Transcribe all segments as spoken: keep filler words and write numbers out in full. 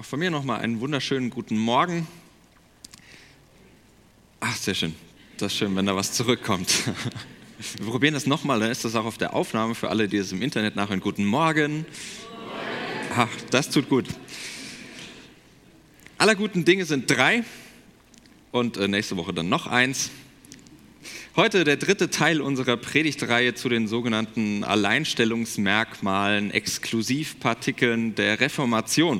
von mir nochmal einen wunderschönen guten Morgen. Ach, sehr schön. Das ist schön, wenn da was zurückkommt. Wir probieren das nochmal, dann ist das auch auf der Aufnahme für alle, die es im Internet nachhören. Guten Morgen. Ach, das tut gut. Aller guten Dinge sind drei und nächste Woche dann noch eins. Heute der dritte Teil unserer Predigtreihe zu den sogenannten Alleinstellungsmerkmalen, Exklusivpartikeln der Reformation.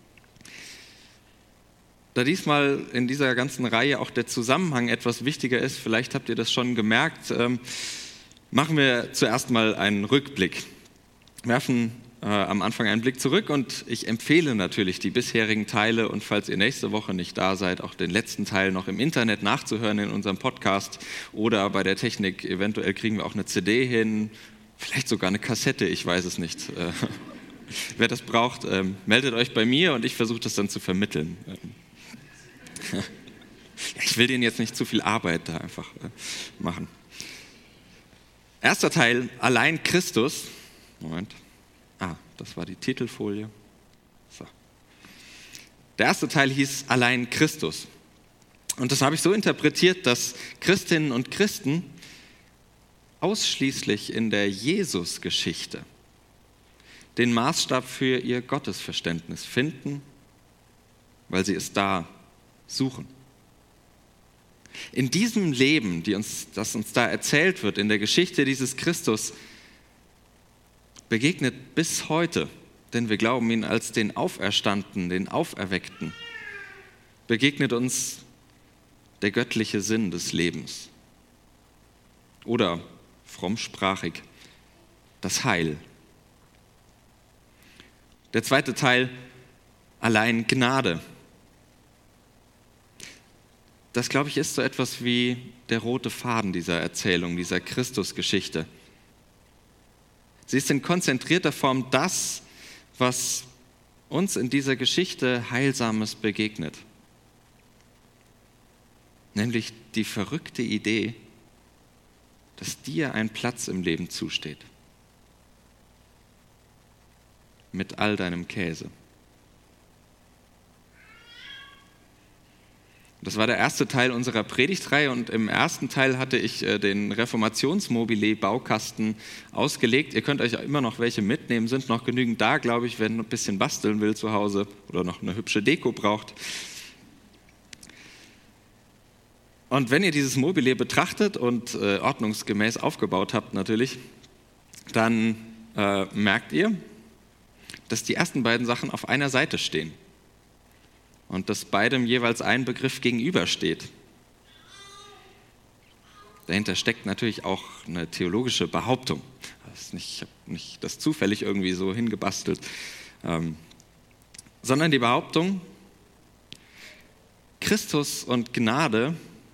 Da diesmal in dieser ganzen Reihe auch der Zusammenhang etwas wichtiger ist, vielleicht habt ihr das schon gemerkt, ähm, machen wir zuerst mal einen Rückblick. Wir werfen äh, am Anfang einen Blick zurück und ich empfehle natürlich die bisherigen Teile und falls ihr nächste Woche nicht da seid, auch den letzten Teil noch im Internet nachzuhören in unserem Podcast oder bei der Technik, eventuell kriegen wir auch eine C D hin, vielleicht sogar eine Kassette, ich weiß es nicht. Äh, wer das braucht, äh, meldet euch bei mir und ich versuche das dann zu vermitteln. Ja, ich will denen jetzt nicht zu viel Arbeit da einfach äh, machen. Erster Teil, allein Christus. Moment. Ah, das war die Titelfolie. So. Der erste Teil hieß allein Christus. Und das habe ich so interpretiert, dass Christinnen und Christen ausschließlich in der Jesus-Geschichte den Maßstab für ihr Gottesverständnis finden, weil sie es da suchen. In diesem Leben, die uns, das uns da erzählt wird, in der Geschichte dieses Christus, begegnet bis heute, denn wir glauben ihn als den Auferstandenen, den Auferweckten, begegnet uns der göttliche Sinn des Lebens. Oder frommsprachig, das Heil. Der zweite Teil, allein Gnade. Das, glaube ich, ist so etwas wie der rote Faden dieser Erzählung, dieser Christusgeschichte. Sie ist in konzentrierter Form das, was uns in dieser Geschichte Heilsames begegnet. Nämlich die verrückte Idee, dass dir ein Platz im Leben zusteht. Mit all deinem Käse. Das war der erste Teil unserer Predigtreihe und im ersten Teil hatte ich den Reformationsmobile-Baukasten ausgelegt. Ihr könnt euch immer noch welche mitnehmen, sind noch genügend da, glaube ich, wer ein bisschen basteln will zu Hause oder noch eine hübsche Deko braucht. Und wenn ihr dieses Mobile betrachtet und äh, ordnungsgemäß aufgebaut habt natürlich, dann äh, merkt ihr, dass die ersten beiden Sachen auf einer Seite stehen. Und dass beidem jeweils ein Begriff gegenübersteht. Dahinter steckt natürlich auch eine theologische Behauptung. Das ist nicht, ich habe nicht das zufällig irgendwie so hingebastelt, ähm, sondern die Behauptung, Christus und Gnade,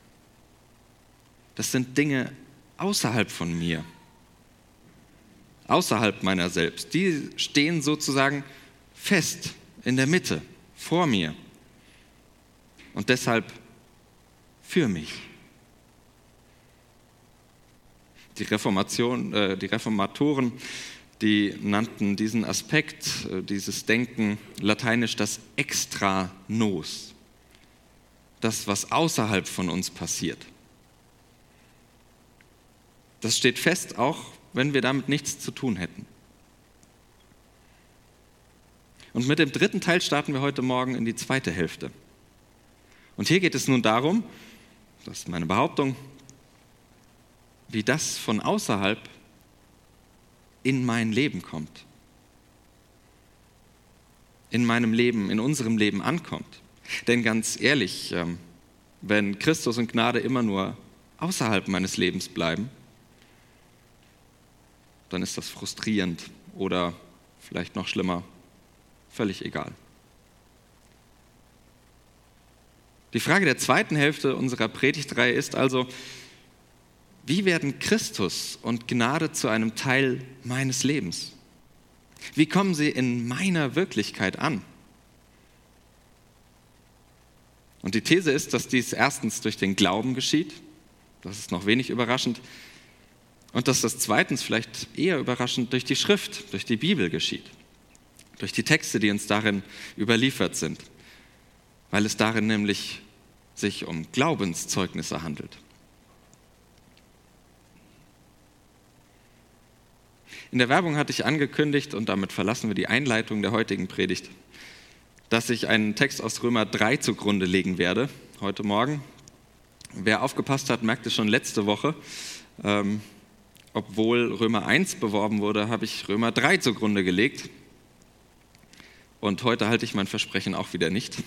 das sind Dinge außerhalb von mir, außerhalb meiner selbst. Die stehen sozusagen fest in der Mitte, vor mir. Und deshalb für mich. Die Reformation, äh, die Reformatoren, die nannten diesen Aspekt, äh, dieses Denken lateinisch das Extra Nos. Das, was außerhalb von uns passiert. Das steht fest, auch wenn wir damit nichts zu tun hätten. Und mit dem dritten Teil starten wir heute Morgen in die zweite Hälfte. Und hier geht es nun darum, das ist meine Behauptung, wie das von außerhalb in mein Leben kommt. In meinem Leben, in unserem Leben ankommt. Denn ganz ehrlich, wenn Christus und Gnade immer nur außerhalb meines Lebens bleiben, dann ist das frustrierend oder vielleicht noch schlimmer, völlig egal. Die Frage der zweiten Hälfte unserer Predigtreihe ist also, wie werden Christus und Gnade zu einem Teil meines Lebens? Wie kommen sie in meiner Wirklichkeit an? Und die These ist, dass dies erstens durch den Glauben geschieht, das ist noch wenig überraschend, und dass das zweitens vielleicht eher überraschend durch die Schrift, durch die Bibel geschieht. durch die Texte, die uns darin überliefert sind, weil es darin nämlich sich um Glaubenszeugnisse handelt. In der Werbung hatte ich angekündigt, und damit verlassen wir die Einleitung der heutigen Predigt, dass ich einen Text aus Römer drei zugrunde legen werde, heute Morgen. Wer aufgepasst hat, merkte schon letzte Woche, ähm, obwohl Römer eins beworben wurde, habe ich Römer drei zugrunde gelegt. Und heute halte ich mein Versprechen auch wieder nicht.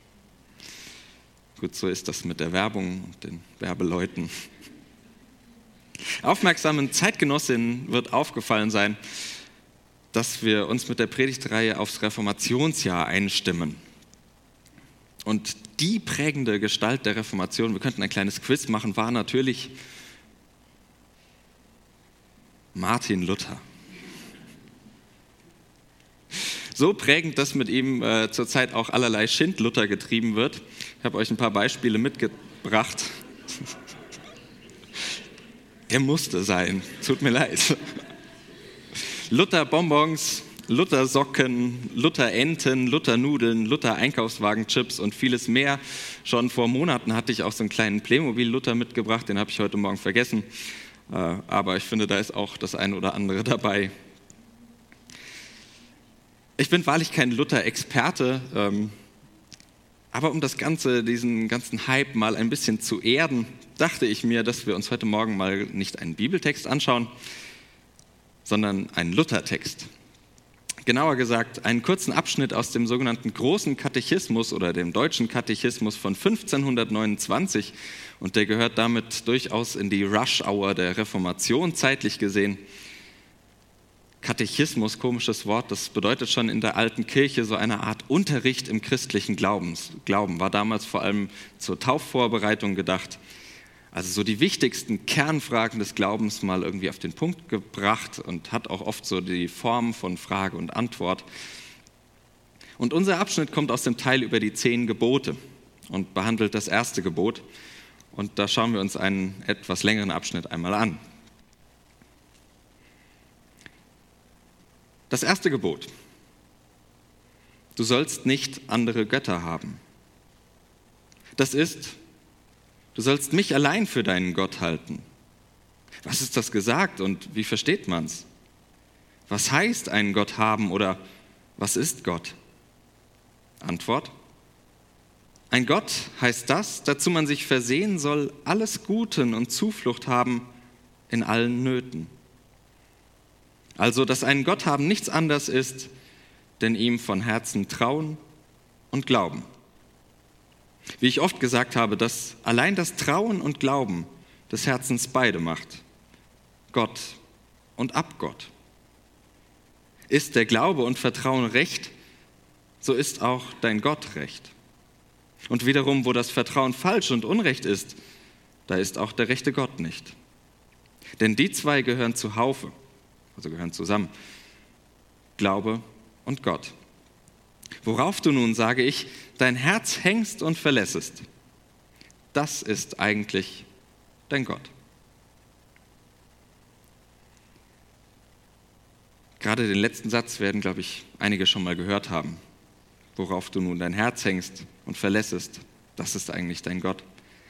Gut, so ist das mit der Werbung und den Werbeleuten. Aufmerksamen Zeitgenossinnen wird aufgefallen sein, dass wir uns mit der Predigtreihe aufs Reformationsjahr einstimmen. Und die prägende Gestalt der Reformation, wir könnten ein kleines Quiz machen, war natürlich Martin Luther. So prägend, dass mit ihm äh, zurzeit auch allerlei Schindluder getrieben wird. Ich habe euch ein paar Beispiele mitgebracht. Er musste sein, tut mir leid. Luther-Bonbons, Luther-Socken, Luther-Enten, Luther-Nudeln, Luther-Einkaufswagen-Chips und vieles mehr. Schon vor Monaten hatte ich auch so einen kleinen Playmobil-Luther mitgebracht, den habe ich heute Morgen vergessen. Äh, aber ich finde, da ist auch das eine oder andere dabei. Ich bin wahrlich kein Luther-Experte, ähm, aber um das Ganze, diesen ganzen Hype mal ein bisschen zu erden, dachte ich mir, dass wir uns heute Morgen mal nicht einen Bibeltext anschauen, sondern einen Luther-Text. Genauer gesagt, einen kurzen Abschnitt aus dem sogenannten Großen Katechismus oder dem Deutschen Katechismus von fünfzehnhundertneunundzwanzig, und der gehört damit durchaus in die Rush-Hour der Reformation zeitlich gesehen. Katechismus, komisches Wort, das bedeutet schon in der alten Kirche so eine Art Unterricht im christlichen Glaubens, Glauben, war damals vor allem zur Taufvorbereitung gedacht. Also so die wichtigsten Kernfragen des Glaubens mal irgendwie auf den Punkt gebracht und hat auch oft so die Form von Frage und Antwort. Und unser Abschnitt kommt aus dem Teil über die zehn Gebote und behandelt das erste Gebot. Und da schauen wir uns einen etwas längeren Abschnitt einmal an. Das erste Gebot: Du sollst nicht andere Götter haben. Das ist: Du sollst mich allein für deinen Gott halten. Was ist das gesagt und wie versteht man's? Was heißt einen Gott haben oder was ist Gott? Antwort: Ein Gott heißt das, dazu man sich versehen soll, alles Guten und Zuflucht haben in allen Nöten. Also, dass einen Gott haben nichts anderes ist, denn ihm von Herzen trauen und glauben. Wie ich oft gesagt habe, dass allein das Trauen und Glauben des Herzens beide macht. Gott und Abgott. Ist der Glaube und Vertrauen recht, so ist auch dein Gott recht. Und wiederum, wo das Vertrauen falsch und unrecht ist, da ist auch der rechte Gott nicht. Denn die zwei gehören zu Haufe, also gehören zusammen. Glaube und Gott. Worauf du nun, sage ich, dein Herz hängst und verlässest, das ist eigentlich dein Gott. Gerade den letzten Satz werden, glaube ich, einige schon mal gehört haben. Worauf du nun dein Herz hängst und verlässest, das ist eigentlich dein Gott.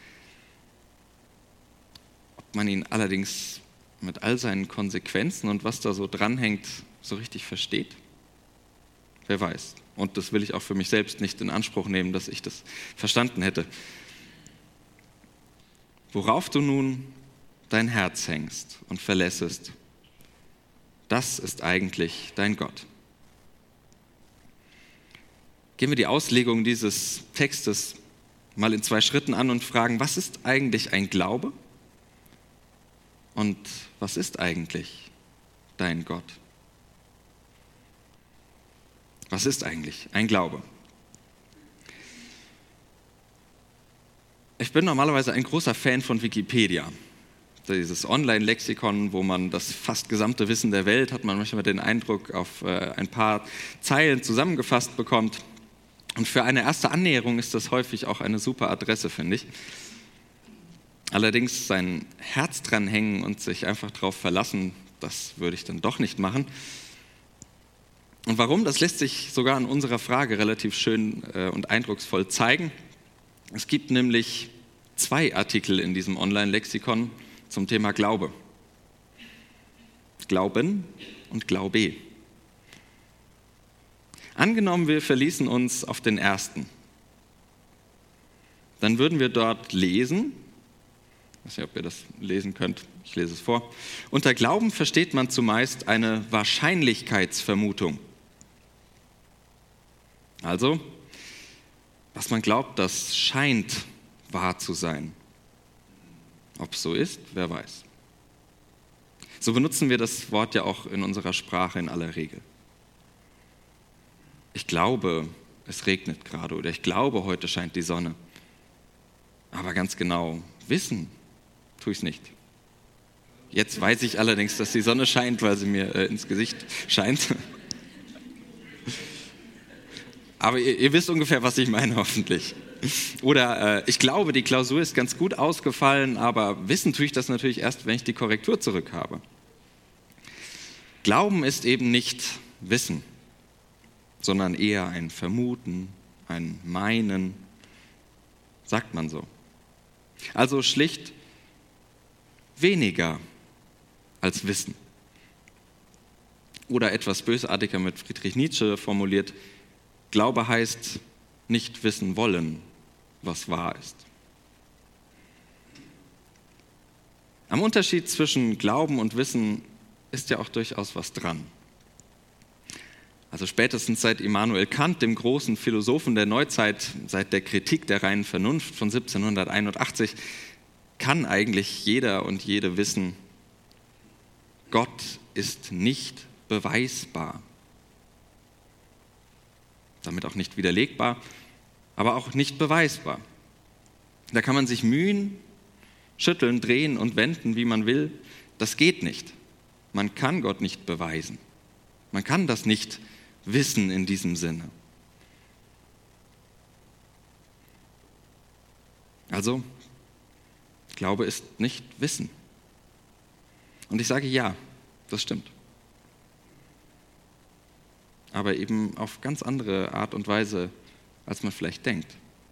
Ob man ihn allerdings mit all seinen Konsequenzen und was da so dranhängt, so richtig versteht? Wer weiß. Und das will ich auch für mich selbst nicht in Anspruch nehmen, dass ich das verstanden hätte. Worauf du nun dein Herz hängst und verlässest, das ist eigentlich dein Gott. Gehen wir die Auslegung dieses Textes mal in zwei Schritten an und fragen, was ist eigentlich ein Glaube und was ist eigentlich dein Gott? Was ist eigentlich ein Glaube? Ich bin normalerweise ein großer Fan von Wikipedia. Dieses Online-Lexikon, wo man das fast gesamte Wissen der Welt, hat man manchmal den Eindruck, auf ein paar Zeilen zusammengefasst bekommt. Und für eine erste Annäherung ist das häufig auch eine super Adresse, finde ich. Allerdings sein Herz dran hängen und sich einfach darauf verlassen, das würde ich dann doch nicht machen. Und warum? Das lässt sich sogar an unserer Frage relativ schön äh, und eindrucksvoll zeigen. Es gibt nämlich zwei Artikel in diesem Online-Lexikon zum Thema Glaube. Glauben und Glaube. Angenommen, wir verließen uns auf den ersten. Dann würden wir dort lesen, ich weiß nicht, ob ihr das lesen könnt, ich lese es vor. Unter Glauben versteht man zumeist eine Wahrscheinlichkeitsvermutung. Also, was man glaubt, das scheint wahr zu sein. Ob es so ist, wer weiß. So benutzen wir das Wort ja auch in unserer Sprache in aller Regel. Ich glaube, es regnet gerade oder ich glaube, heute scheint die Sonne. Aber ganz genau wissen tue ich es nicht. Jetzt weiß ich allerdings, dass die Sonne scheint, weil sie mir äh, ins Gesicht scheint. Aber ihr, ihr wisst ungefähr, was ich meine, hoffentlich. Oder äh, ich glaube, die Klausur ist ganz gut ausgefallen, aber wissen tue ich das natürlich erst, wenn ich die Korrektur zurück habe. Glauben ist eben nicht Wissen, sondern eher ein Vermuten, ein Meinen, sagt man so. Also schlicht weniger als Wissen. Oder etwas bösartiger mit Friedrich Nietzsche formuliert, Glaube heißt nicht wissen wollen, was wahr ist. Am Unterschied zwischen Glauben und Wissen ist ja auch durchaus was dran. Also spätestens seit Immanuel Kant, dem großen Philosophen der Neuzeit, seit der Kritik der reinen Vernunft von siebzehnhunderteinundachtzig, kann eigentlich jeder und jede wissen, Gott ist nicht beweisbar. Damit auch nicht widerlegbar, aber auch nicht beweisbar. Da kann man sich mühen, schütteln, drehen und wenden, wie man will. Das geht nicht. Man kann Gott nicht beweisen. Man kann das nicht wissen in diesem Sinne. Also, Glaube ist nicht Wissen. Und ich sage ja, das stimmt. Aber eben auf ganz andere Art und Weise, als man vielleicht denkt.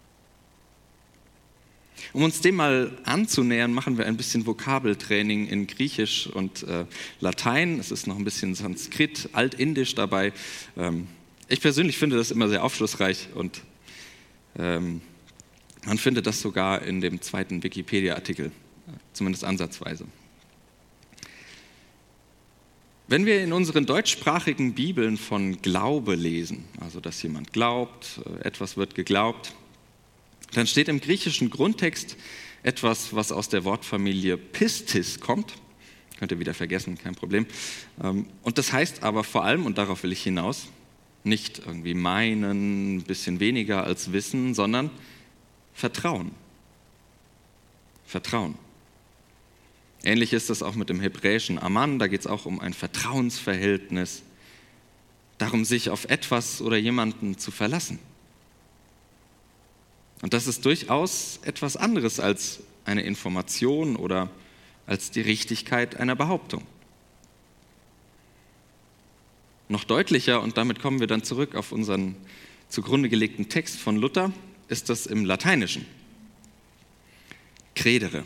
Um uns dem mal anzunähern, machen wir ein bisschen Vokabeltraining in Griechisch und äh, Latein. Es ist noch ein bisschen Sanskrit, Altindisch dabei. Ähm, ich persönlich finde das immer sehr aufschlussreich und ähm, man findet das sogar in dem zweiten Wikipedia-Artikel, zumindest ansatzweise. Wenn wir in unseren deutschsprachigen Bibeln von Glaube lesen, also dass jemand glaubt, etwas wird geglaubt, dann steht im griechischen Grundtext etwas, was aus der Wortfamilie Pistis kommt. Könnt ihr wieder vergessen, kein Problem. Und das heißt aber vor allem, und darauf will ich hinaus, nicht irgendwie meinen, ein bisschen weniger als wissen, sondern Vertrauen. Vertrauen. Ähnlich ist das auch mit dem hebräischen Aman, da geht es auch um ein Vertrauensverhältnis, darum, sich auf etwas oder jemanden zu verlassen. Und das ist durchaus etwas anderes als eine Information oder als die Richtigkeit einer Behauptung. Noch deutlicher, und damit kommen wir dann zurück auf unseren zugrunde gelegten Text von Luther, ist das im Lateinischen. Credere.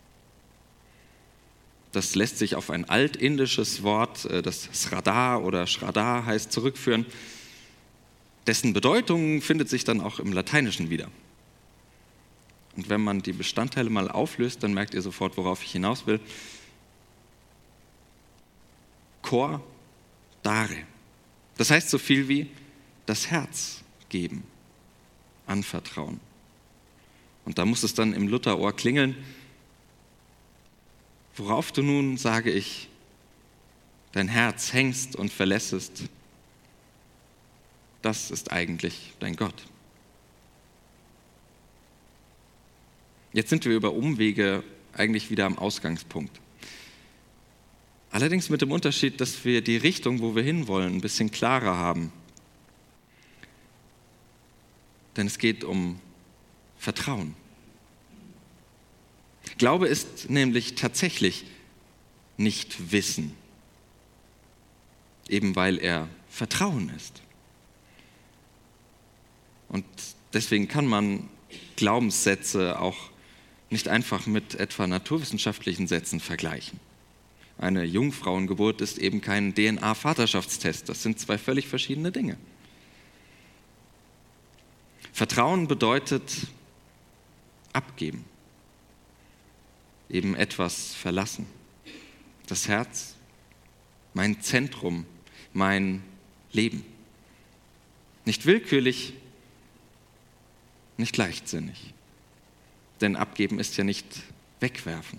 Das lässt sich auf ein altindisches Wort, das Srada oder Shrada heißt, zurückführen. Dessen Bedeutung findet sich dann auch im Lateinischen wieder. Und wenn man die Bestandteile mal auflöst, dann merkt ihr sofort, worauf ich hinaus will. Cor dare. Das heißt so viel wie das Herz geben, anvertrauen. Und da muss es dann im Lutherohr klingeln. Worauf du nun, sage ich, dein Herz hängst und verlässest, das ist eigentlich dein Gott. Jetzt sind wir über Umwege eigentlich wieder am Ausgangspunkt. Allerdings mit dem Unterschied, dass wir die Richtung, wo wir hinwollen, ein bisschen klarer haben. Denn es geht um Vertrauen. Glaube ist nämlich tatsächlich nicht Wissen, eben weil er Vertrauen ist. Und deswegen kann man Glaubenssätze auch nicht einfach mit etwa naturwissenschaftlichen Sätzen vergleichen. Eine Jungfrauengeburt ist eben kein D N A-Vaterschaftstest. Das sind zwei völlig verschiedene Dinge. Vertrauen bedeutet abgeben, eben etwas verlassen. Das Herz, mein Zentrum, mein Leben. Nicht willkürlich, nicht leichtsinnig. Denn abgeben ist ja nicht wegwerfen.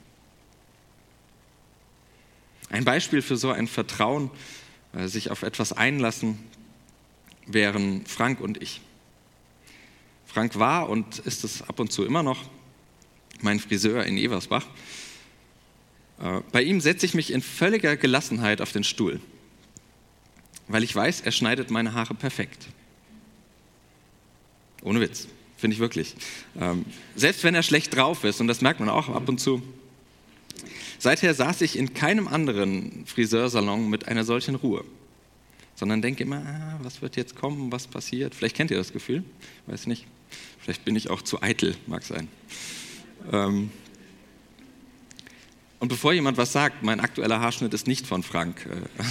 Ein Beispiel für so ein Vertrauen, äh, sich auf etwas einlassen, wären Frank und ich. Frank war und ist es ab und zu immer noch mein Friseur in Eversbach. Äh, bei ihm setze ich mich in völliger Gelassenheit auf den Stuhl, weil ich weiß, er schneidet meine Haare perfekt. Ohne Witz, finde ich wirklich. Ähm, selbst wenn er schlecht drauf ist, und das merkt man auch ab und zu. Seither saß ich in keinem anderen Friseursalon mit einer solchen Ruhe, sondern denke immer, ah, was wird jetzt kommen, was passiert? Vielleicht kennt ihr das Gefühl, weiß nicht. Vielleicht bin ich auch zu eitel, mag sein. Ähm und bevor jemand was sagt, mein aktueller Haarschnitt ist nicht von Frank.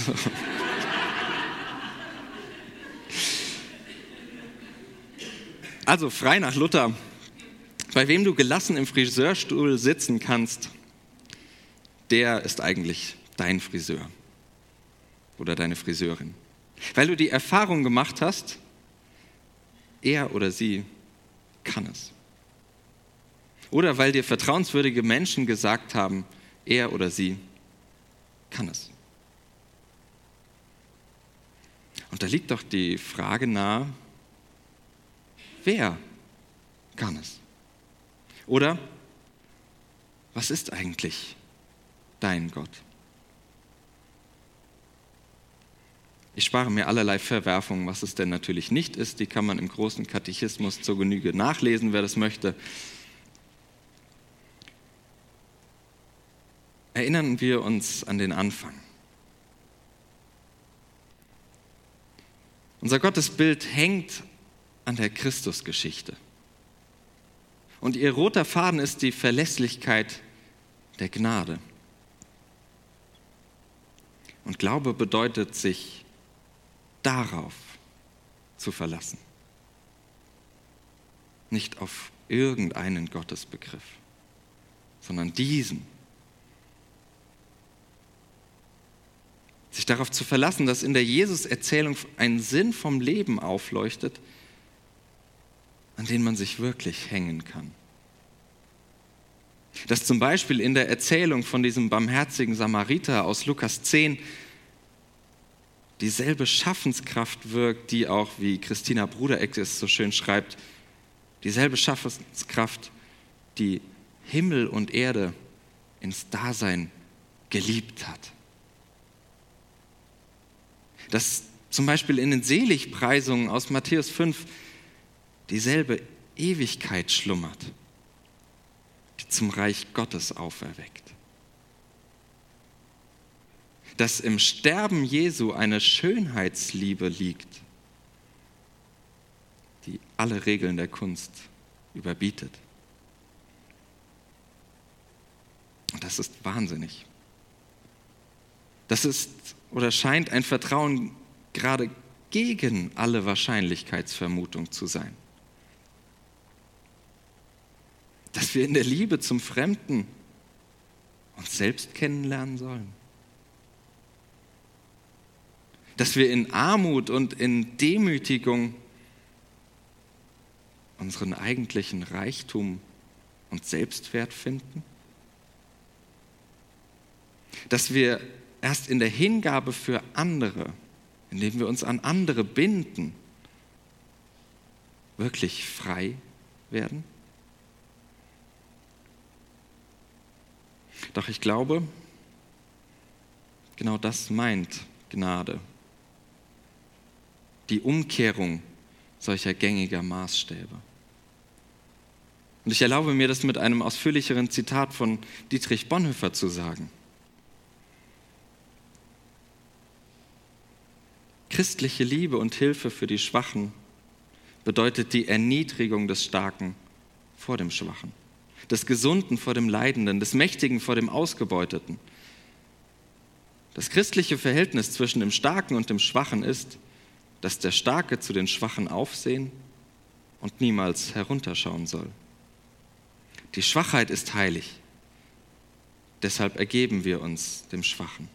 Also frei nach Luther, bei wem du gelassen im Friseurstuhl sitzen kannst, der ist eigentlich dein Friseur oder deine Friseurin. Weil du die Erfahrung gemacht hast, er oder sie kann es. Oder weil dir vertrauenswürdige Menschen gesagt haben, er oder sie kann es. Und da liegt doch die Frage nahe, wer kann es? Oder was ist eigentlich dein Gott? Ich spare mir allerlei Verwerfungen, was es denn natürlich nicht ist. Die kann man im großen Katechismus zur Genüge nachlesen, wer das möchte. Erinnern wir uns an den Anfang. Unser Gottesbild hängt an der Christusgeschichte. Und ihr roter Faden ist die Verlässlichkeit der Gnade. Und Glaube bedeutet, sich darauf zu verlassen. Nicht auf irgendeinen Gottesbegriff, sondern diesen. Sich darauf zu verlassen, dass in der Jesus-Erzählung ein Sinn vom Leben aufleuchtet, an den man sich wirklich hängen kann. Dass zum Beispiel in der Erzählung von diesem barmherzigen Samariter aus Lukas zehn dieselbe Schaffenskraft wirkt, die auch, wie Christina Brudereck es so schön schreibt, dieselbe Schaffenskraft, die Himmel und Erde ins Dasein geliebt hat. Dass zum Beispiel in den Seligpreisungen aus Matthäus fünf dieselbe Ewigkeit schlummert, die zum Reich Gottes auferweckt. Dass im Sterben Jesu eine Schönheitsliebe liegt, die alle Regeln der Kunst überbietet. Und das ist wahnsinnig. Das ist oder scheint ein Vertrauen gerade gegen alle Wahrscheinlichkeitsvermutung zu sein. Dass wir in der Liebe zum Fremden uns selbst kennenlernen sollen. Dass wir in Armut und in Demütigung unseren eigentlichen Reichtum und Selbstwert finden. Dass wir erst in der Hingabe für andere, indem wir uns an andere binden, wirklich frei werden. Doch ich glaube, genau das meint Gnade. Die Umkehrung solcher gängiger Maßstäbe. Und ich erlaube mir, das mit einem ausführlicheren Zitat von Dietrich Bonhoeffer zu sagen. Christliche Liebe und Hilfe für die Schwachen bedeutet die Erniedrigung des Starken vor dem Schwachen, des Gesunden vor dem Leidenden, des Mächtigen vor dem Ausgebeuteten. Das christliche Verhältnis zwischen dem Starken und dem Schwachen ist, dass der Starke zu den Schwachen aufsehen und niemals herunterschauen soll. Die Schwachheit ist heilig, deshalb ergeben wir uns dem Schwachen.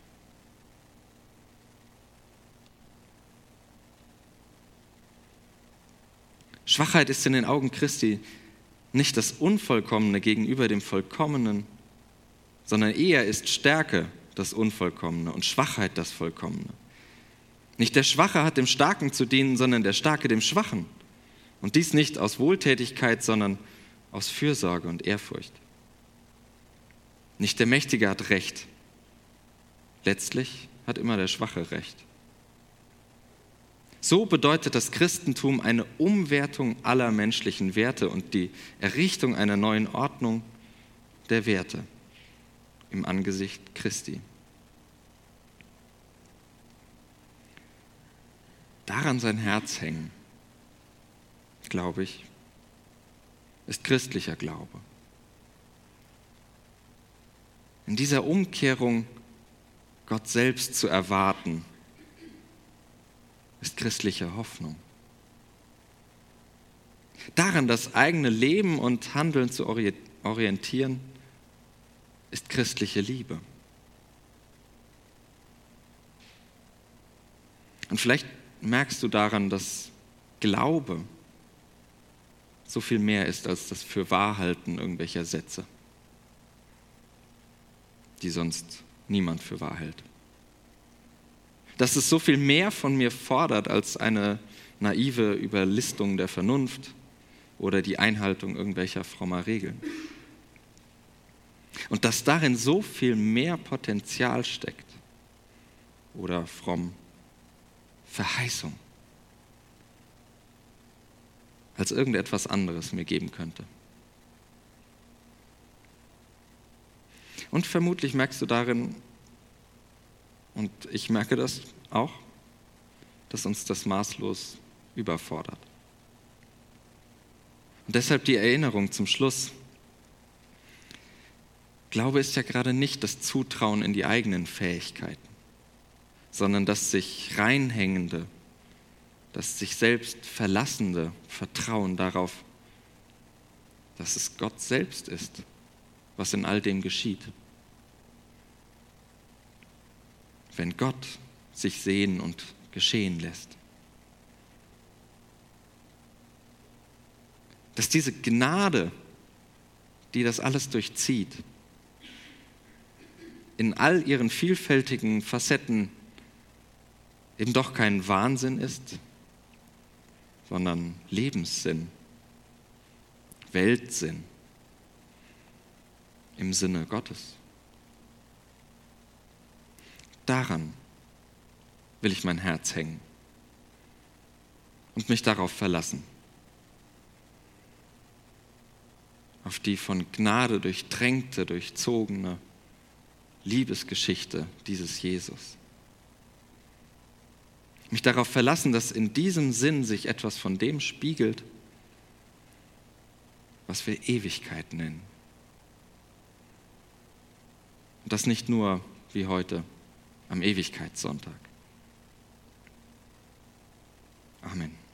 Schwachheit ist in den Augen Christi nicht das Unvollkommene gegenüber dem Vollkommenen, sondern eher ist Stärke das Unvollkommene und Schwachheit das Vollkommene. Nicht der Schwache hat dem Starken zu dienen, sondern der Starke dem Schwachen. Und dies nicht aus Wohltätigkeit, sondern aus Fürsorge und Ehrfurcht. Nicht der Mächtige hat Recht. Letztlich hat immer der Schwache Recht. So bedeutet das Christentum eine Umwertung aller menschlichen Werte und die Errichtung einer neuen Ordnung der Werte im Angesicht Christi. Daran sein Herz hängen, glaube ich, ist christlicher Glaube. In dieser Umkehrung Gott selbst zu erwarten, ist christliche Hoffnung. Daran das eigene Leben und Handeln zu orientieren, ist christliche Liebe. Und vielleicht merkst du daran, dass Glaube so viel mehr ist als das Fürwahrhalten irgendwelcher Sätze, die sonst niemand für wahr hält. Dass es so viel mehr von mir fordert als eine naive Überlistung der Vernunft oder die Einhaltung irgendwelcher frommer Regeln. Und dass darin so viel mehr Potenzial steckt oder fromm Verheißung, als irgendetwas anderes mir geben könnte. Und vermutlich merkst du darin, und ich merke das auch, dass uns das maßlos überfordert. Und deshalb die Erinnerung zum Schluss. Glaube ist ja gerade nicht das Zutrauen in die eigenen Fähigkeiten, sondern das sich reinhängende, das sich selbst verlassende Vertrauen darauf, dass es Gott selbst ist, was in all dem geschieht. Wenn Gott sich sehen und geschehen lässt. Dass diese Gnade, die das alles durchzieht, in all ihren vielfältigen Facetten eben doch kein Wahnsinn ist, sondern Lebenssinn, Weltsinn im Sinne Gottes. Daran will ich mein Herz hängen und mich darauf verlassen. Auf die von Gnade durchtränkte, durchzogene Liebesgeschichte dieses Jesus. Mich darauf verlassen, dass in diesem Sinn sich etwas von dem spiegelt, was wir Ewigkeit nennen. Und das nicht nur wie heute am Ewigkeitssonntag. Amen.